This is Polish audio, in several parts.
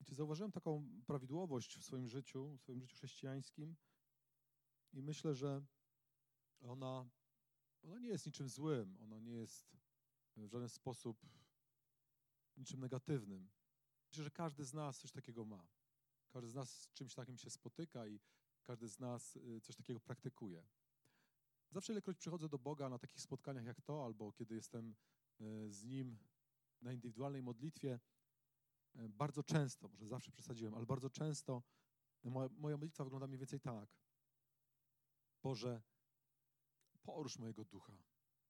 Zauważyłem taką prawidłowość w swoim życiu chrześcijańskim i myślę, że ona nie jest niczym złym, ona nie jest w żaden sposób niczym negatywnym. Myślę, że każdy z nas coś takiego ma. Każdy z nas z czymś takim się spotyka i każdy z nas coś takiego praktykuje. Zawsze, ilekroć przychodzę do Boga na takich spotkaniach jak to, albo kiedy jestem z Nim na indywidualnej modlitwie, bardzo często, może zawsze przesadziłem, ale bardzo często moja modlitwa wygląda mniej więcej tak. Boże, porusz mojego ducha.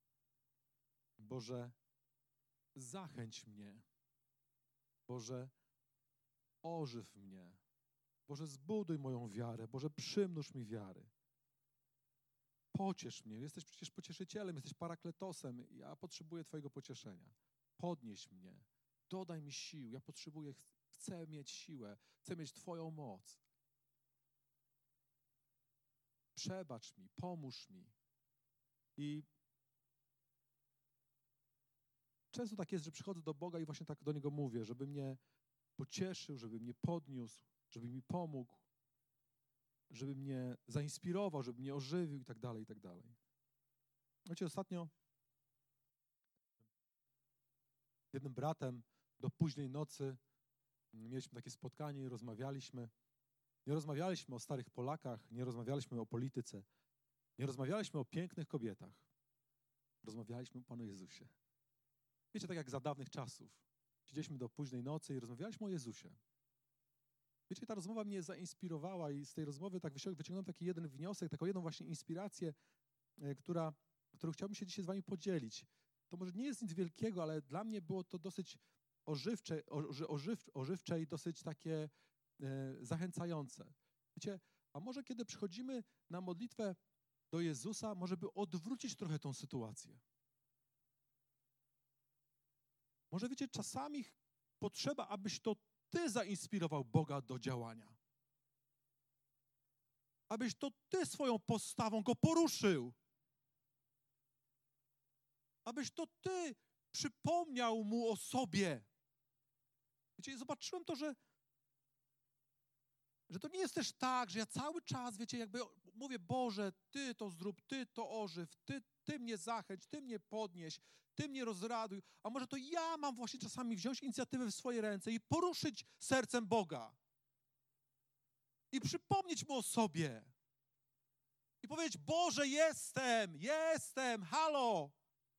Boże, zachęć mnie. Boże, ożyw mnie. Boże, zbuduj moją wiarę. Boże, przymnóż mi wiary. Pociesz mnie. Jesteś przecież pocieszycielem, jesteś parakletosem. Ja potrzebuję Twojego pocieszenia. Podnieś mnie. Dodaj mi sił. Ja potrzebuję, chcę mieć siłę. Chcę mieć Twoją moc. Przebacz mi, pomóż mi. I często tak jest, że przychodzę do Boga i właśnie tak do Niego mówię, żeby mnie pocieszył, żeby mnie podniósł, żeby mi pomógł, żeby mnie zainspirował, żeby mnie ożywił i tak dalej, i tak dalej. Wiecie, ostatnio z jednym bratem do późnej nocy mieliśmy takie spotkanie i rozmawialiśmy. Nie rozmawialiśmy o starych Polakach, nie rozmawialiśmy o polityce, nie rozmawialiśmy o pięknych kobietach. Rozmawialiśmy o Panu Jezusie. Wiecie, tak jak za dawnych czasów. Siedzieliśmy do późnej nocy i rozmawialiśmy o Jezusie. Wiecie, ta rozmowa mnie zainspirowała i z tej rozmowy tak wyciągnąłem taki jeden wniosek, taką jedną właśnie inspirację, którą chciałbym się dzisiaj z wami podzielić. To może nie jest nic wielkiego, ale dla mnie było to dosyć ożywcze i dosyć takie zachęcające. Wiecie, a może kiedy przychodzimy na modlitwę do Jezusa, może by odwrócić trochę tą sytuację. Może wiecie, czasami potrzeba, abyś to Ty zainspirował Boga do działania. Abyś to Ty swoją postawą Go poruszył. Abyś to Ty przypomniał Mu o sobie. Wiecie, zobaczyłem to, że to nie jest też tak, że ja cały czas, wiecie, jakby mówię, Boże, Ty to zrób, Ty to ożyw, Ty mnie zachęć, Ty mnie podnieś, Ty mnie rozraduj, a może to ja mam właśnie czasami wziąć inicjatywę w swoje ręce i poruszyć sercem Boga i przypomnieć Mu o sobie i powiedzieć, Boże, jestem, halo,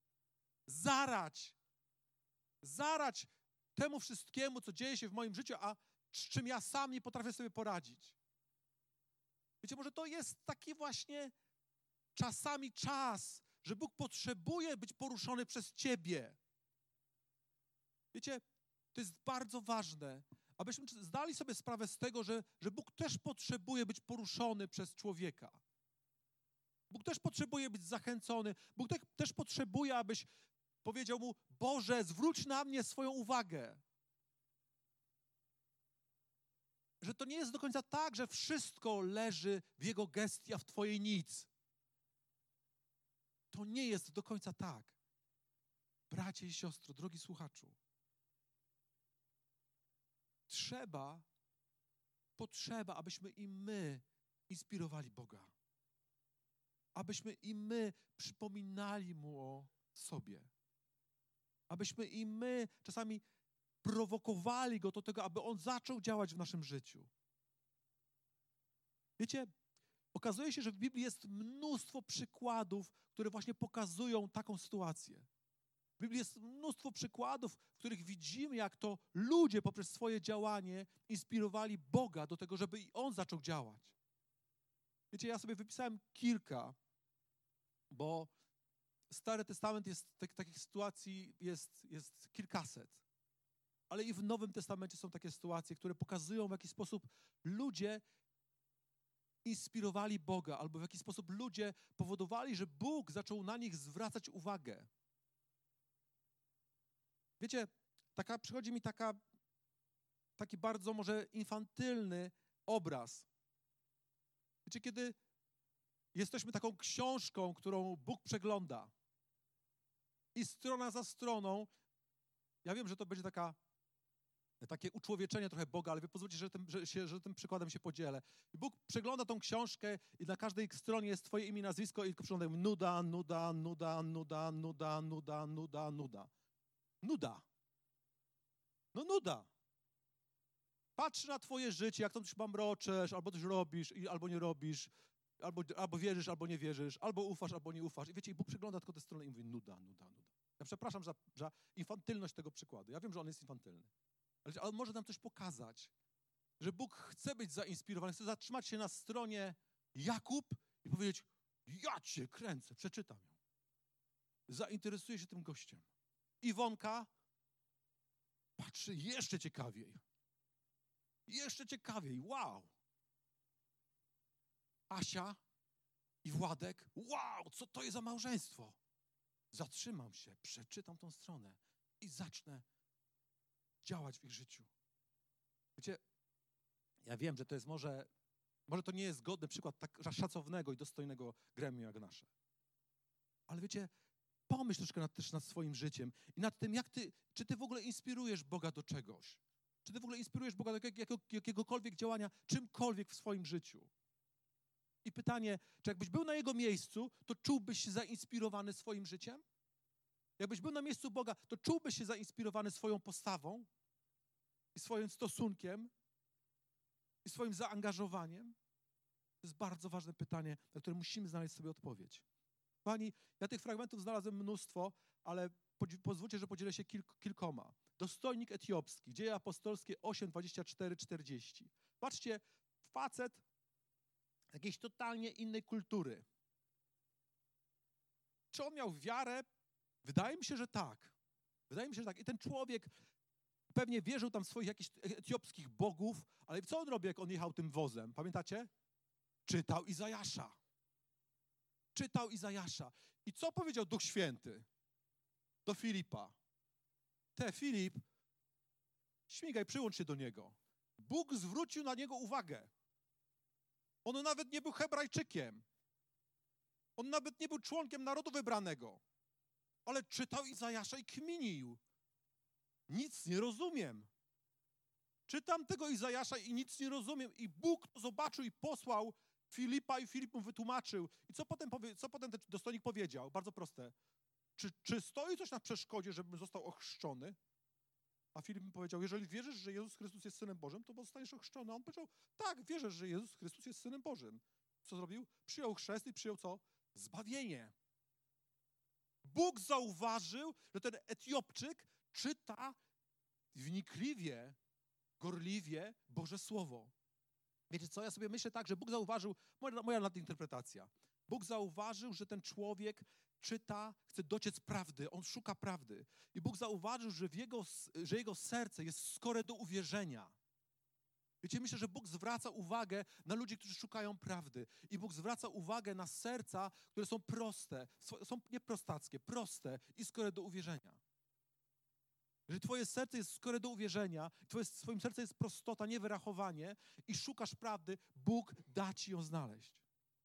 zarać temu wszystkiemu, co dzieje się w moim życiu, a z czym ja sam nie potrafię sobie poradzić. Wiecie, może to jest taki właśnie czasami czas, że Bóg potrzebuje być poruszony przez ciebie. Wiecie, to jest bardzo ważne, abyśmy zdali sobie sprawę z tego, że Bóg też potrzebuje być poruszony przez człowieka. Bóg też potrzebuje być zachęcony. Bóg też potrzebuje, abyś powiedział Mu, Boże, zwróć na mnie swoją uwagę. Że to nie jest do końca tak, że wszystko leży w Jego gestii, a w Twojej nic. To nie jest do końca tak. Bracie i siostro, drogi słuchaczu, potrzeba, abyśmy i my inspirowali Boga. Abyśmy i my przypominali Mu o sobie. Abyśmy i my czasami prowokowali Go do tego, aby On zaczął działać w naszym życiu. Wiecie, okazuje się, że w Biblii jest mnóstwo przykładów, które właśnie pokazują taką sytuację. W Biblii jest mnóstwo przykładów, w których widzimy, jak to ludzie poprzez swoje działanie inspirowali Boga do tego, żeby i On zaczął działać. Wiecie, ja sobie wypisałem kilka, bo Stary Testament jest, takich sytuacji jest kilkaset. Ale i w Nowym Testamencie są takie sytuacje, które pokazują, w jaki sposób ludzie inspirowali Boga, albo w jaki sposób ludzie powodowali, że Bóg zaczął na nich zwracać uwagę. Wiecie, przychodzi mi taki bardzo może infantylny obraz. Wiecie, kiedy jesteśmy taką książką, którą Bóg przegląda i strona za stroną, ja wiem, że to będzie taka takie uczłowieczenie trochę Boga, ale wy pozwólcie, że tym przykładem się podzielę. I Bóg przegląda tą książkę i na każdej stronie jest twoje imię i nazwisko i tylko przegląda nuda, nuda, nuda, nuda, nuda, nuda, nuda, nuda. Nuda. No nuda. Patrzy na twoje życie, jak tam coś mamroczesz, albo coś robisz, albo nie robisz, albo wierzysz, albo nie wierzysz, albo ufasz, albo nie ufasz. I wiecie, i Bóg przegląda tylko tę stronę i mówi nuda, nuda, nuda. Ja przepraszam za infantylność tego przykładu. Ja wiem, że on jest infantylny. Ale on może nam coś pokazać, że Bóg chce być zainspirowany, chce zatrzymać się na stronie Jakub i powiedzieć, ja cię kręcę, przeczytam ją. Zainteresuję się tym gościem. Iwonka patrzy jeszcze ciekawiej. Jeszcze ciekawiej, wow. Asia i Władek, wow, co to jest za małżeństwo? Zatrzymam się, przeczytam tą stronę i zacznę działać w ich życiu. Wiecie, ja wiem, że to jest może to nie jest godny przykład tak szacownego i dostojnego gremium jak nasze. Ale wiecie, pomyśl troszkę też nad swoim życiem i nad tym, czy ty w ogóle inspirujesz Boga do czegoś. Czy ty w ogóle inspirujesz Boga do jakiegokolwiek działania, czymkolwiek w swoim życiu. I pytanie, czy jakbyś był na Jego miejscu, to czułbyś się zainspirowany swoim życiem? Jakbyś był na miejscu Boga, to czułbyś się zainspirowany swoją postawą i swoim stosunkiem i swoim zaangażowaniem? To jest bardzo ważne pytanie, na które musimy znaleźć sobie odpowiedź. Kochani, ja tych fragmentów znalazłem mnóstwo, ale pozwólcie, że podzielę się kilkoma. Dostojnik etiopski, Dzieje apostolskie 8, 24, 40. Patrzcie, facet jakiejś totalnie innej kultury. Czy on miał wiarę? Wydaje mi się, że tak. Wydaje mi się, że tak. I ten człowiek pewnie wierzył tam w swoich jakichś etiopskich bogów, ale co on robił, jak on jechał tym wozem? Pamiętacie? Czytał Izajasza. Czytał Izajasza. I co powiedział Duch Święty do Filipa? Filip, śmigaj, przyłącz się do niego. Bóg zwrócił na niego uwagę. On nawet nie był Hebrajczykiem. On nawet nie był członkiem narodu wybranego. Ale czytał Izajasza i kminił. Nic nie rozumiem. Czytam tego Izajasza i nic nie rozumiem. I Bóg to zobaczył i posłał Filipa i Filip mu wytłumaczył. I co potem ten dostojnik powiedział? Bardzo proste. Czy stoi coś na przeszkodzie, żebym został ochrzczony? A Filip mu powiedział, jeżeli wierzysz, że Jezus Chrystus jest Synem Bożym, to zostaniesz ochrzczony. A on powiedział, tak, wierzę, że Jezus Chrystus jest Synem Bożym. Co zrobił? Przyjął chrzest i przyjął co? Zbawienie. Bóg zauważył, że ten Etiopczyk czyta wnikliwie, gorliwie Boże Słowo. Wiecie co, ja sobie myślę tak, że Bóg zauważył, moja nadinterpretacja, Bóg zauważył, że ten człowiek czyta, chce dociec prawdy, on szuka prawdy. I Bóg zauważył, że jego serce jest skore do uwierzenia. Wiecie, myślę, że Bóg zwraca uwagę na ludzi, którzy szukają prawdy. I Bóg zwraca uwagę na serca, które są proste, są nieprostackie, proste i skore do uwierzenia. Jeżeli twoje serce jest skore do uwierzenia, w swoim sercu jest prostota, niewyrachowanie i szukasz prawdy, Bóg da ci ją znaleźć.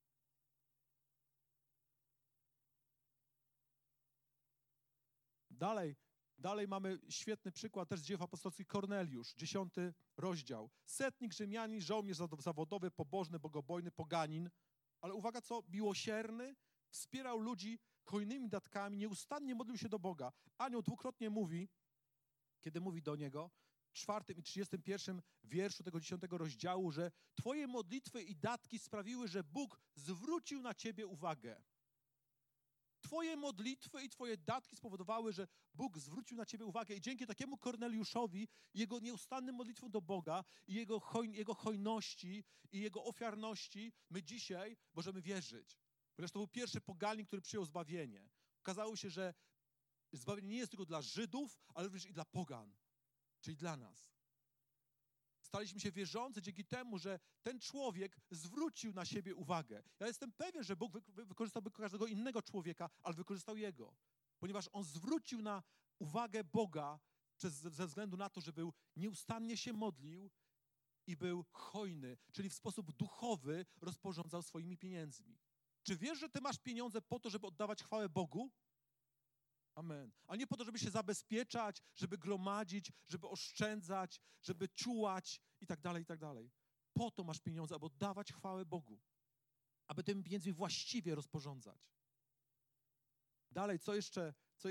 Dalej mamy świetny przykład też z Dziejów Apostolskich, Korneliusz, 10 rozdział. Setnik Rzymianin, żołnierz zawodowy, pobożny, bogobojny, poganin, ale uwaga co, miłosierny, wspierał ludzi hojnymi datkami, nieustannie modlił się do Boga. Anioł dwukrotnie mówi, kiedy mówi do niego, w 4 i 31 wierszu tego 10 rozdziału, że twoje modlitwy i datki sprawiły, że Bóg zwrócił na ciebie uwagę. Twoje modlitwy i twoje datki spowodowały, że Bóg zwrócił na ciebie uwagę i dzięki takiemu Korneliuszowi, jego nieustannym modlitwom do Boga i jego hojności i jego ofiarności, my dzisiaj możemy wierzyć. Ponieważ to był pierwszy poganin, który przyjął zbawienie. Okazało się, że zbawienie nie jest tylko dla Żydów, ale również i dla pogan, czyli dla nas. Staliśmy się wierzący dzięki temu, że ten człowiek zwrócił na siebie uwagę. Ja jestem pewien, że Bóg wykorzystałby każdego innego człowieka, ale wykorzystał jego. Ponieważ on zwrócił na uwagę Boga ze względu na to, że nieustannie się modlił i był hojny, czyli w sposób duchowy rozporządzał swoimi pieniędzmi. Czy wiesz, że ty masz pieniądze po to, żeby oddawać chwałę Bogu? Amen. A nie po to, żeby się zabezpieczać, żeby gromadzić, żeby oszczędzać, żeby ciułać i tak dalej, i tak dalej. Po to masz pieniądze, aby oddawać chwałę Bogu. Aby tymi pieniędzmi właściwie rozporządzać. Dalej, kto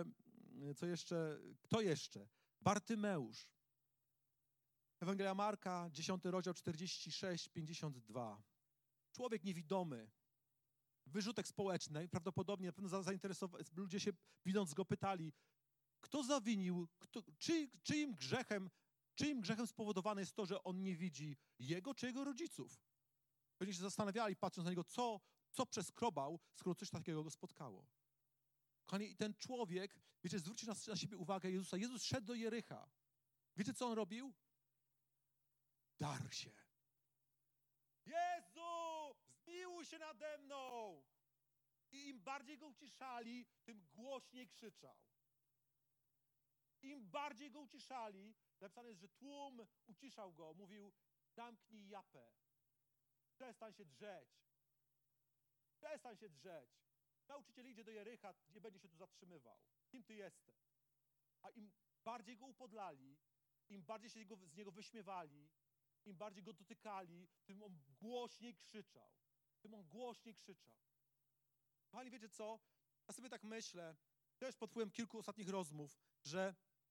jeszcze? Bartymeusz. Ewangelia Marka, 10 rozdział 46-52. Człowiek niewidomy. Wyrzutek społeczny, prawdopodobnie na pewno ludzie się, widząc go, pytali, kto zawinił, czyim grzechem spowodowane jest to, że on nie widzi jego czy jego rodziców. Oni się zastanawiali, patrząc na niego, co przeskrobał, skoro coś takiego go spotkało. Kochani, i ten człowiek, wiecie, zwróćcie na siebie uwagę Jezusa. Jezus szedł do Jericha. Wiecie, co on robił? Darł się. Jezu, zmiłuj się nade mną! I im bardziej go uciszali, tym głośniej krzyczał. Im bardziej go uciszali, napisane jest, że tłum uciszał go, mówił, zamknij japę, przestań się drzeć. Przestań się drzeć. Nauczyciel idzie do Jericha, nie będzie się tu zatrzymywał. Kim ty jesteś? A im bardziej go upodlali, im bardziej się z niego wyśmiewali, im bardziej go dotykali, tym on głośniej krzyczał. Kochani, wiecie co? Ja sobie tak myślę, też pod wpływem kilku ostatnich rozmów, że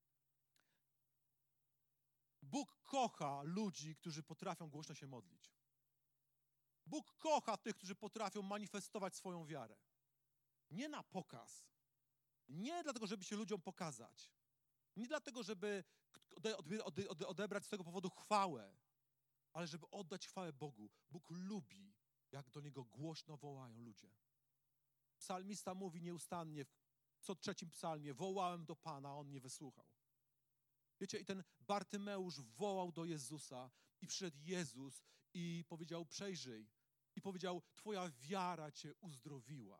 Bóg kocha ludzi, którzy potrafią głośno się modlić. Bóg kocha tych, którzy potrafią manifestować swoją wiarę. Nie na pokaz. Nie dlatego, żeby się ludziom pokazać. Nie dlatego, żeby odebrać z tego powodu chwałę, ale żeby oddać chwałę Bogu. Bóg lubi, jak do Niego głośno wołają ludzie. Psalmista mówi nieustannie w co trzecim psalmie, wołałem do Pana, a On nie wysłuchał. Wiecie, i ten Bartymeusz wołał do Jezusa i przyszedł Jezus i powiedział, przejrzyj. I powiedział, twoja wiara cię uzdrowiła.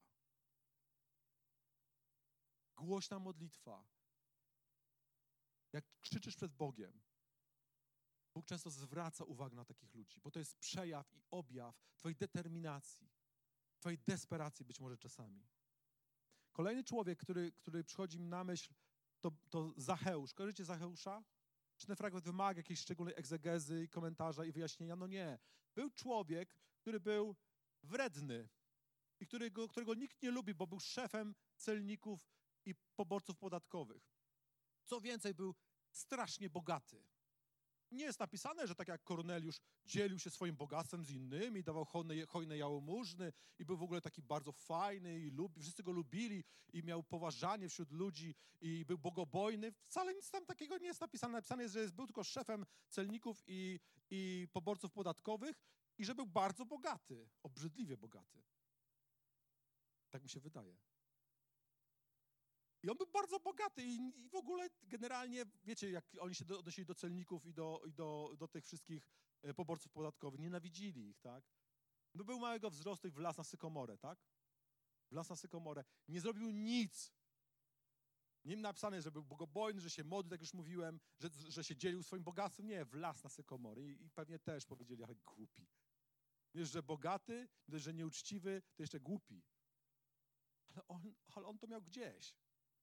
Głośna modlitwa. Jak krzyczysz przed Bogiem, Bóg często zwraca uwagę na takich ludzi, bo to jest przejaw i objaw twojej determinacji, twojej desperacji być może czasami. Kolejny człowiek, który przychodzi mi na myśl, to Zacheusz. Kojarzycie Zacheusza? Czy ten fragment wymaga jakiejś szczególnej egzegezy i komentarza i wyjaśnienia? No nie. Był człowiek, który był wredny i którego nikt nie lubi, bo był szefem celników i poborców podatkowych. Co więcej, był strasznie bogaty. Nie jest napisane, że tak jak Korneliusz dzielił się swoim bogactwem z innymi, dawał hojne jałmużny i był w ogóle taki bardzo fajny i wszyscy go lubili i miał poważanie wśród ludzi i był bogobojny. Wcale nic tam takiego nie jest napisane. Napisane jest, że był tylko szefem celników i poborców podatkowych i że był bardzo bogaty, obrzydliwie bogaty. Tak mi się wydaje. I on był bardzo bogaty i w ogóle generalnie, wiecie, jak oni się odnosili do celników i do tych wszystkich poborców podatkowych, nienawidzili ich, tak? No był małego wzrostu i wlazł na sykomorę, tak? Wlazł na sykomorę. Nie zrobił nic. Nie napisane, że był bogobojny, że się modlił, tak już mówiłem, że się dzielił swoim bogactwem. Nie, wlazł na sykomorę i pewnie też powiedzieli, ale głupi. Wiesz, że bogaty, wiesz, że nieuczciwy, to jeszcze głupi. Ale on to miał gdzieś.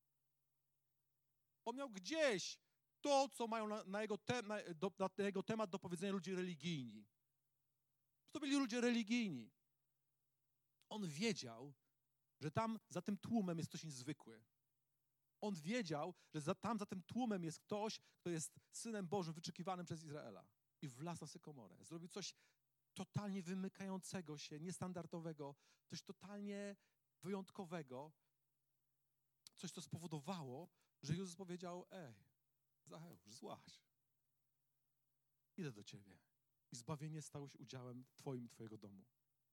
On miał gdzieś to, co mają na jego temat do powiedzenia ludzie religijni. To byli ludzie religijni. On wiedział, że tam za tym tłumem jest ktoś niezwykły. On wiedział, że tam za tym tłumem jest ktoś, kto jest Synem Bożym wyczekiwanym przez Izraela. I wlazł na sykomorę. Zrobił coś totalnie wymykającego się, niestandardowego, coś totalnie wyjątkowego. Coś, co spowodowało, że Jezus powiedział, Zacheusz, złaź. Idę do ciebie. I zbawienie stało się udziałem twoim i twojego domu.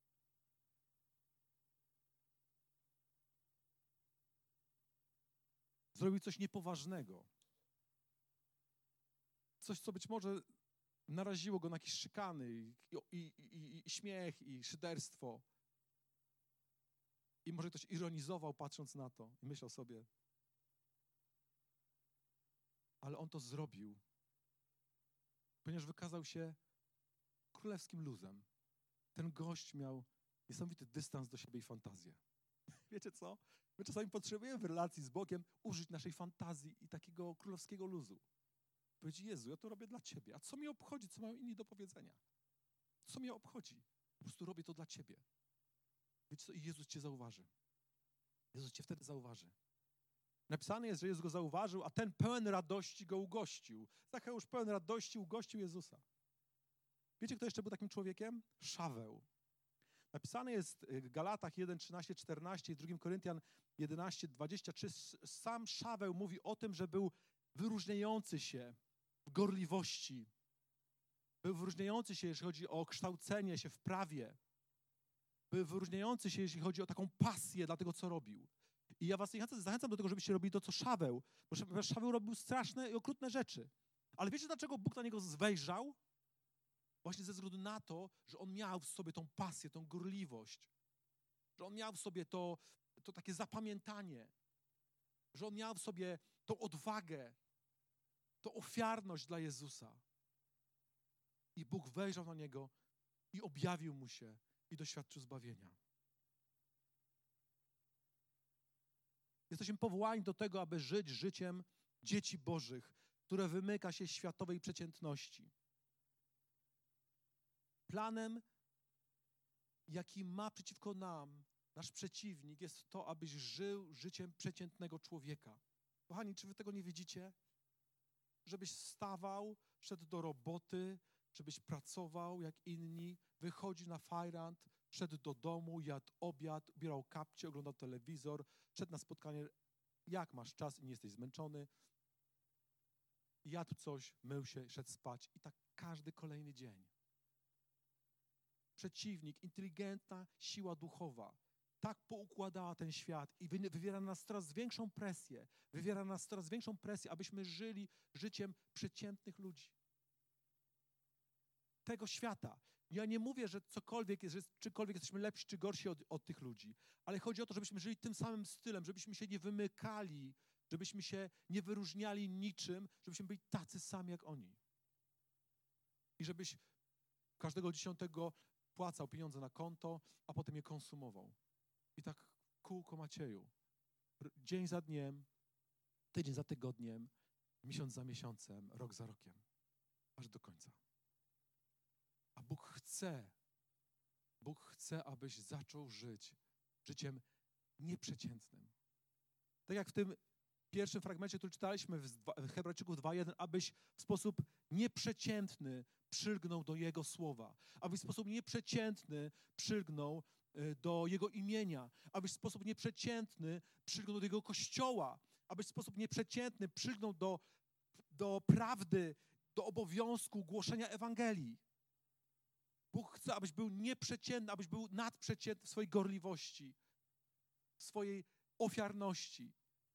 Zrobił coś niepoważnego. Coś, co być może naraziło go na jakieś szykany i śmiech i szyderstwo. I może ktoś ironizował, patrząc na to i myślał sobie, ale on to zrobił, ponieważ wykazał się królewskim luzem. Ten gość miał niesamowity dystans do siebie i fantazję. Wiecie co? My czasami potrzebujemy w relacji z Bogiem użyć naszej fantazji i takiego królewskiego luzu. Powiedzieć, Jezu, ja to robię dla Ciebie. A co mnie obchodzi, co mają inni do powiedzenia? Co mnie obchodzi? Po prostu robię to dla Ciebie. Wiecie co? I Jezus Cię zauważy. Jezus Cię wtedy zauważy. Napisane jest, że Jezus go zauważył, a ten pełen radości go ugościł. Zacheusz pełen radości ugościł Jezusa. Wiecie, kto jeszcze był takim człowiekiem? Szaweł. Napisane jest w Galatach 1, 13, 14 i 2 Koryntian 11, 23. Sam Szaweł mówi o tym, że był wyróżniający się w gorliwości. Był wyróżniający się, jeśli chodzi o kształcenie się w prawie. Był wyróżniający się, jeśli chodzi o taką pasję dla tego, co robił. I ja was zachęcam do tego, żebyście robili to, co Szaweł. Bo Szaweł robił straszne i okrutne rzeczy. Ale wiecie, dlaczego Bóg na niego wejrzał? Właśnie ze względu na to, że on miał w sobie tą pasję, tą gorliwość. Że on miał w sobie to takie zapamiętanie. Że on miał w sobie tą odwagę, tą ofiarność dla Jezusa. I Bóg wejrzał na niego i objawił mu się i doświadczył zbawienia. Jesteśmy powołani do tego, aby żyć życiem dzieci Bożych, które wymyka się światowej przeciętności. Planem, jaki ma przeciwko nam nasz przeciwnik, jest to, abyś żył życiem przeciętnego człowieka. Kochani, czy wy tego nie widzicie? Żebyś wstawał, szedł do roboty, żebyś pracował jak inni, wychodził na fajrant, szedł do domu, jadł obiad, ubierał kapcie, oglądał telewizor, szedł na spotkanie, jak masz czas i nie jesteś zmęczony, jadł coś, mył się, szedł spać i tak każdy kolejny dzień. Przeciwnik, inteligentna siła duchowa tak poukładała ten świat i wywiera na nas coraz większą presję, abyśmy żyli życiem przeciętnych ludzi. Tego świata. Ja nie mówię, że cokolwiek, że czykolwiek jesteśmy lepsi czy gorsi od tych ludzi, ale chodzi o to, żebyśmy żyli tym samym stylem, żebyśmy się nie wymykali, żebyśmy się nie wyróżniali niczym, żebyśmy byli tacy sami jak oni. I żebyś każdego 10 płacał pieniądze na konto, a potem je konsumował. I tak kółko Macieju. Dzień za dniem, tydzień za tygodniem, miesiąc za miesiącem, rok za rokiem. Aż do końca. A Bóg chce, abyś zaczął żyć życiem nieprzeciętnym. Tak jak w tym pierwszym fragmencie, który czytaliśmy w Hebrajczyków 2:1, abyś w sposób nieprzeciętny przylgnął do Jego słowa, abyś w sposób nieprzeciętny przylgnął do Jego imienia, abyś w sposób nieprzeciętny przylgnął do Jego Kościoła, abyś w sposób nieprzeciętny przylgnął do prawdy, do obowiązku głoszenia Ewangelii. Bóg chce, abyś był nieprzeciętny, abyś był nadprzeciętny w swojej gorliwości, w swojej ofiarności.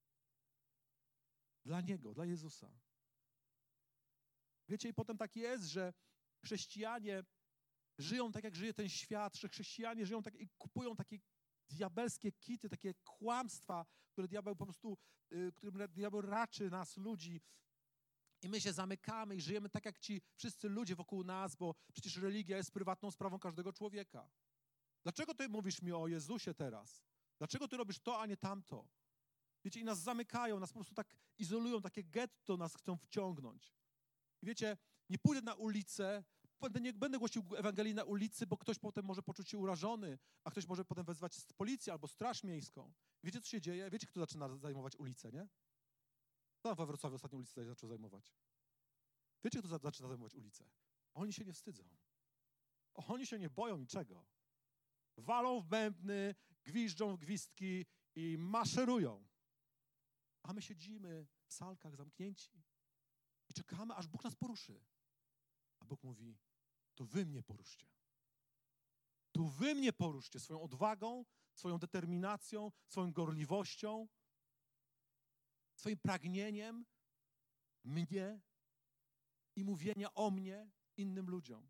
Dla Niego, dla Jezusa. Wiecie, i potem tak jest, że chrześcijanie żyją tak, jak żyje ten świat, że chrześcijanie żyją tak i kupują takie diabelskie kity, takie kłamstwa, które diabeł po prostu, którym diabeł raczy nas, ludzi. I my się zamykamy i żyjemy tak, jak ci wszyscy ludzie wokół nas, bo przecież religia jest prywatną sprawą każdego człowieka. Dlaczego ty mówisz mi o Jezusie teraz? Dlaczego ty robisz to, a nie tamto? Wiecie, i nas zamykają, nas po prostu tak izolują, takie getto nas chcą wciągnąć. I wiecie, nie pójdę na ulicę, nie będę głosił Ewangelii na ulicy, bo ktoś potem może poczuć się urażony, a ktoś może potem wezwać policję albo straż miejską. I wiecie, co się dzieje? Wiecie, kto zaczyna zajmować ulicę, nie? Kto we Wrocławiu ostatnią ulicę zaczął zajmować? Wiecie, kto zaczyna zajmować ulicę? Oni się nie wstydzą. Oni się nie boją niczego. Walą w bębny, gwiżdżą w gwizdki i maszerują. A my siedzimy w salkach zamknięci i czekamy, aż Bóg nas poruszy. A Bóg mówi, to wy mnie poruszcie. To wy mnie poruszcie swoją odwagą, swoją determinacją, swoją gorliwością, swoim pragnieniem mnie i mówienia o mnie innym ludziom.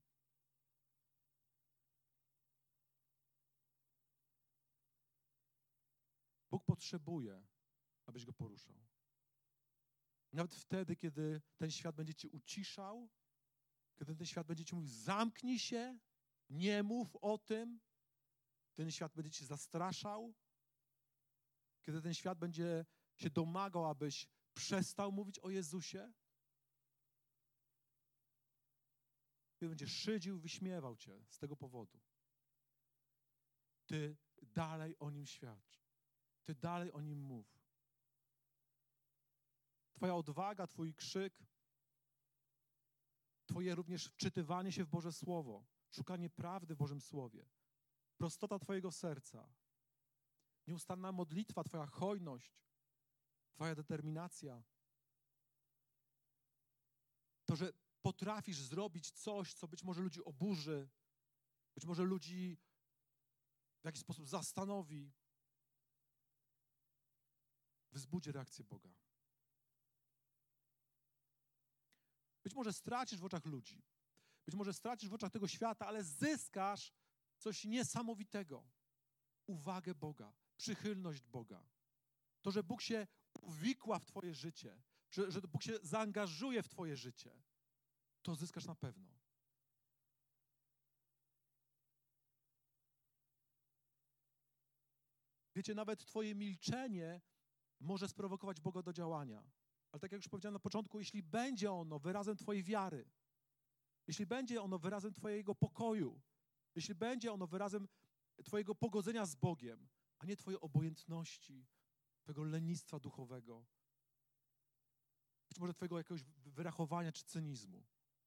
Bóg potrzebuje, abyś Go poruszał. Nawet wtedy, kiedy ten świat będzie cię uciszał, kiedy ten świat będzie ci mówił, zamknij się, nie mów o tym, ten świat będzie cię zastraszał, kiedy ten świat będzie się domagał, abyś przestał mówić o Jezusie, kiedy będzie szydził, wyśmiewał cię z tego powodu, ty dalej o Nim świadcz. Ty dalej o Nim mów. Twoja odwaga, twój krzyk, twoje również wczytywanie się w Boże Słowo, szukanie prawdy w Bożym Słowie, prostota twojego serca, nieustanna modlitwa, twoja hojność, twoja determinacja, to, że potrafisz zrobić coś, co być może ludzi oburzy, być może ludzi w jakiś sposób zastanowi, wzbudzi reakcję Boga. Być może stracisz w oczach ludzi, być może stracisz w oczach tego świata, ale zyskasz coś niesamowitego. Uwagę Boga, przychylność Boga. To, że Bóg się uwikła w twoje życie, że Bóg się zaangażuje w twoje życie, to zyskasz na pewno. Wiecie, nawet twoje milczenie może sprowokować Boga do działania. Ale tak jak już powiedziałem na początku, jeśli będzie ono wyrazem twojej wiary, jeśli będzie ono wyrazem twojego pokoju, jeśli będzie ono wyrazem twojego pogodzenia z Bogiem, a nie twojej obojętności, twojego lenistwa duchowego, być może twojego jakiegoś wyrachowania czy cynizmu.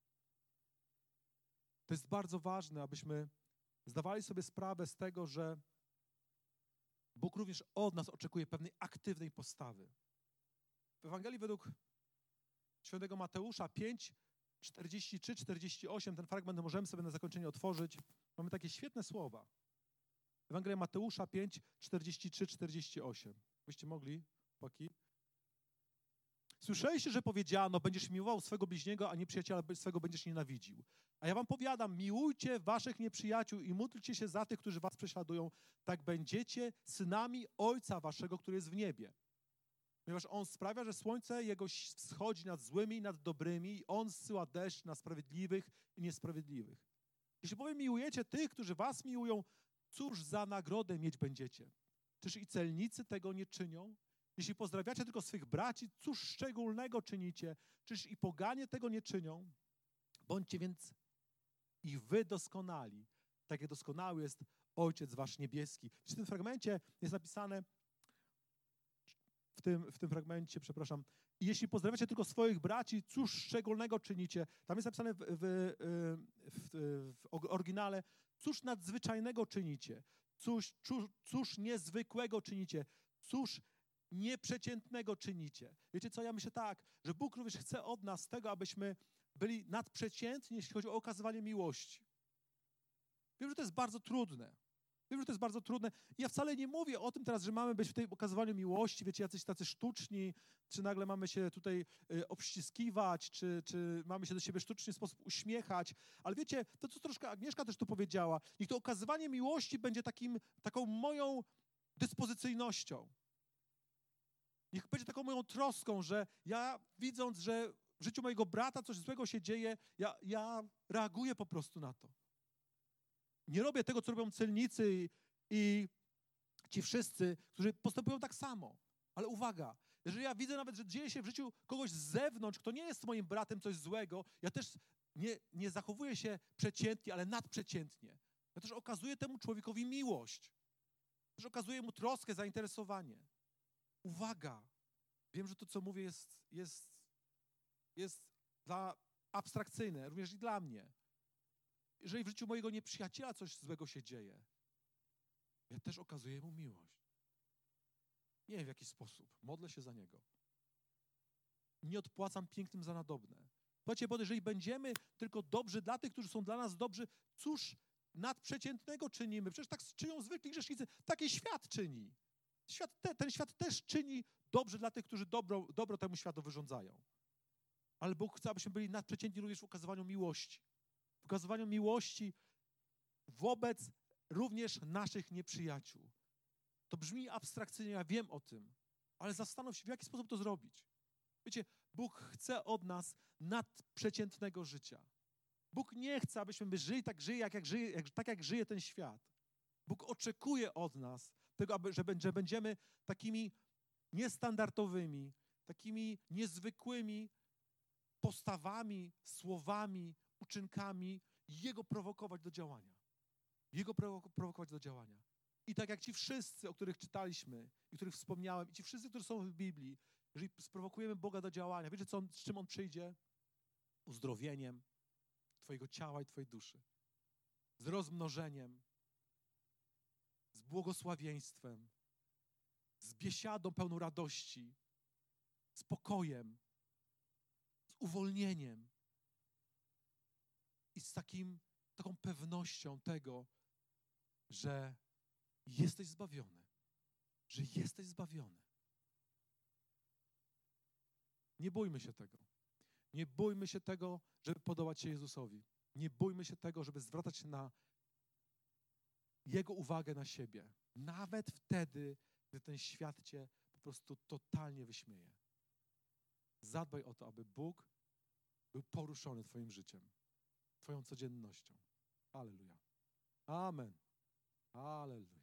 To jest bardzo ważne, abyśmy zdawali sobie sprawę z tego, że Bóg również od nas oczekuje pewnej aktywnej postawy. W Ewangelii według świętego Mateusza 5, 43, 48, ten fragment możemy sobie na zakończenie otworzyć. Mamy takie świetne słowa. Ewangelia Mateusza 5, 43, 48. Byście mogli, chłopaki? Słyszeliście, że powiedziano, będziesz miłował swego bliźniego, a nieprzyjaciela swego będziesz nienawidził. A ja wam powiadam, miłujcie waszych nieprzyjaciół i módlcie się za tych, którzy was prześladują. Tak będziecie synami Ojca waszego, który jest w niebie. Ponieważ On sprawia, że słońce Jego wschodzi nad złymi i nad dobrymi i On zsyła deszcz na sprawiedliwych i niesprawiedliwych. Jeśli bowiem miłujecie tych, którzy was miłują, cóż za nagrodę mieć będziecie? Czyż i celnicy tego nie czynią? Jeśli pozdrawiacie tylko swych braci, cóż szczególnego czynicie? Czyż i poganie tego nie czynią? Bądźcie więc i wy doskonali, tak jak doskonały jest Ojciec wasz niebieski. W tym fragmencie jest napisane, w tym fragmencie, przepraszam, i jeśli pozdrawiacie tylko swoich braci, cóż szczególnego czynicie? Tam jest napisane w oryginale, cóż nadzwyczajnego czynicie? Cóż niezwykłego czynicie? Cóż nieprzeciętnego czynicie? Wiecie co, ja myślę tak, że Bóg również chce od nas tego, abyśmy byli nadprzeciętni, jeśli chodzi o okazywanie miłości. Wiem, że to jest bardzo trudne. Wiem, że to jest bardzo trudne. Ja wcale nie mówię o tym teraz, że mamy być w tym okazywaniu miłości, wiecie, jacyś tacy sztuczni, czy nagle mamy się tutaj obściskiwać, czy mamy się do siebie w sztuczny sposób uśmiechać. Ale wiecie, to co troszkę Agnieszka też tu powiedziała, niech to okazywanie miłości będzie taką moją dyspozycyjnością. Niech będzie taką moją troską, że ja widząc, że w życiu mojego brata coś złego się dzieje, ja reaguję po prostu na to. Nie robię tego, co robią celnicy i ci wszyscy, którzy postępują tak samo. Ale uwaga, jeżeli ja widzę nawet, że dzieje się w życiu kogoś z zewnątrz, kto nie jest moim bratem, coś złego, ja też nie zachowuję się przeciętnie, ale nadprzeciętnie. Ja też okazuję temu człowiekowi miłość. Też okazuję mu troskę, zainteresowanie. Uwaga, wiem, że to, co mówię, jest abstrakcyjne, również i dla mnie. Jeżeli w życiu mojego nieprzyjaciela coś złego się dzieje, ja też okazuję mu miłość. Nie wiem w jaki sposób. Modlę się za niego. Nie odpłacam pięknym za nadobne. Słuchajcie, bo jeżeli będziemy tylko dobrzy dla tych, którzy są dla nas dobrzy, cóż nadprzeciętnego czynimy? Przecież tak czynią zwykli grzesznicy. Taki świat czyni. Ten świat też czyni dobrze dla tych, którzy dobro temu światu wyrządzają. Ale Bóg chce, abyśmy byli nadprzeciętni również w ukazywaniu miłości. W ukazywaniu miłości wobec również naszych nieprzyjaciół. To brzmi abstrakcyjnie, ja wiem o tym, ale zastanów się, w jaki sposób to zrobić. Wiecie, Bóg chce od nas nadprzeciętnego życia. Bóg nie chce, abyśmy żyli tak jak żyje ten świat. Bóg oczekuje od nas tego, że będziemy takimi niestandardowymi, takimi niezwykłymi postawami, słowami, uczynkami, Jego prowokować do działania. Jego prowokować do działania. I tak jak ci wszyscy, o których czytaliśmy i których wspomniałem, i ci wszyscy, którzy są w Biblii, jeżeli sprowokujemy Boga do działania, wiecie, z czym On przyjdzie? Uzdrowieniem twojego ciała i twojej duszy. Z rozmnożeniem, z błogosławieństwem, z biesiadą pełną radości, z pokojem, z uwolnieniem i z taką pewnością tego, że jesteś zbawiony, że jesteś zbawiony. Nie bójmy się tego. Nie bójmy się tego, żeby podobać się Jezusowi. Nie bójmy się tego, żeby zwracać się na Jego uwagę na siebie. Nawet wtedy, gdy ten świat cię po prostu totalnie wyśmieje. Zadbaj o to, aby Bóg był poruszony twoim życiem, twoją codziennością. Alleluja. Amen. Alleluja.